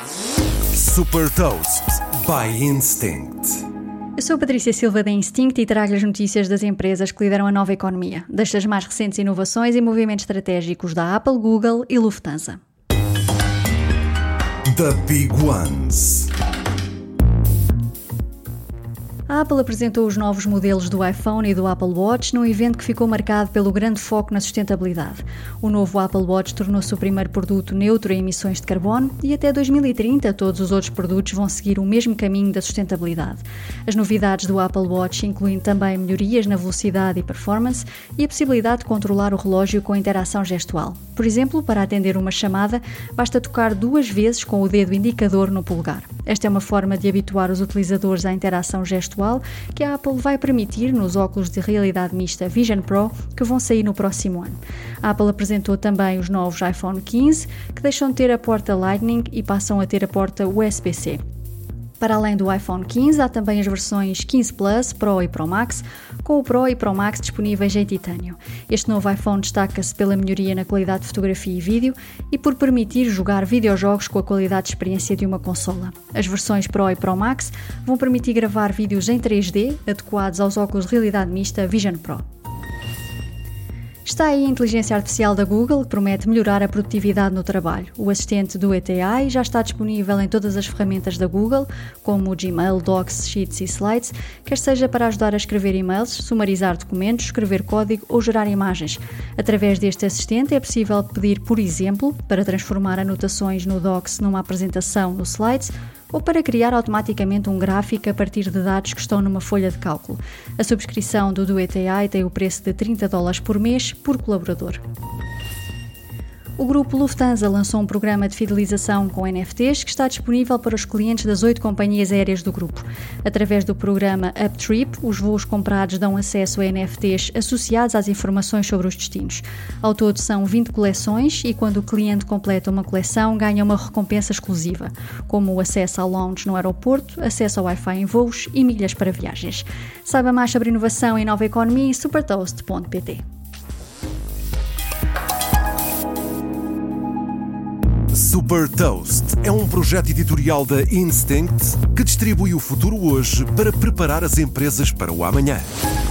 Super Toast by Instinct. Eu sou a Patrícia Silva da Instinct e trago as notícias das empresas que lideram a nova economia, das mais recentes inovações e movimentos estratégicos da Apple, Google e Lufthansa. The Big Ones. A Apple apresentou os novos modelos do iPhone e do Apple Watch num evento que ficou marcado pelo grande foco na sustentabilidade. O novo Apple Watch tornou-se o primeiro produto neutro em emissões de carbono e até 2030 todos os outros produtos vão seguir o mesmo caminho da sustentabilidade. As novidades do Apple Watch incluem também melhorias na velocidade e performance e a possibilidade de controlar o relógio com interação gestual. Por exemplo, para atender uma chamada, basta tocar 2 vezes com o dedo indicador no polegar. Esta é uma forma de habituar os utilizadores à interação gestual que a Apple vai permitir nos óculos de realidade mista Vision Pro que vão sair no próximo ano. A Apple apresentou também os novos iPhone 15 que deixam de ter a porta Lightning e passam a ter a porta USB-C. Para além do iPhone 15, há também as versões 15 Plus, Pro e Pro Max, com o Pro e Pro Max disponíveis em titânio. Este novo iPhone destaca-se pela melhoria na qualidade de fotografia e vídeo e por permitir jogar videojogos com a qualidade de experiência de uma consola. As versões Pro e Pro Max vão permitir gravar vídeos em 3D, adequados aos óculos de realidade mista Vision Pro. Está aí a inteligência artificial da Google, que promete melhorar a produtividade no trabalho. O assistente do AI já está disponível em todas as ferramentas da Google, como o Gmail, Docs, Sheets e Slides, quer seja para ajudar a escrever e-mails, sumarizar documentos, escrever código ou gerar imagens. Através deste assistente é possível pedir, por exemplo, para transformar anotações no Docs numa apresentação no Slides, ou para criar automaticamente um gráfico a partir de dados que estão numa folha de cálculo. A subscrição do AI tem o preço de $30 por mês por colaborador. O grupo Lufthansa lançou um programa de fidelização com NFTs que está disponível para os clientes das 8 companhias aéreas do grupo. Através do programa UpTrip, os voos comprados dão acesso a NFTs associados às informações sobre os destinos. Ao todo são 20 coleções e quando o cliente completa uma coleção ganha uma recompensa exclusiva, como o acesso ao lounge no aeroporto, acesso ao Wi-Fi em voos e milhas para viagens. Saiba mais sobre inovação e nova economia em supertoast.pt. Super Toast é um projeto editorial da Instinct que distribui o futuro hoje para preparar as empresas para o amanhã.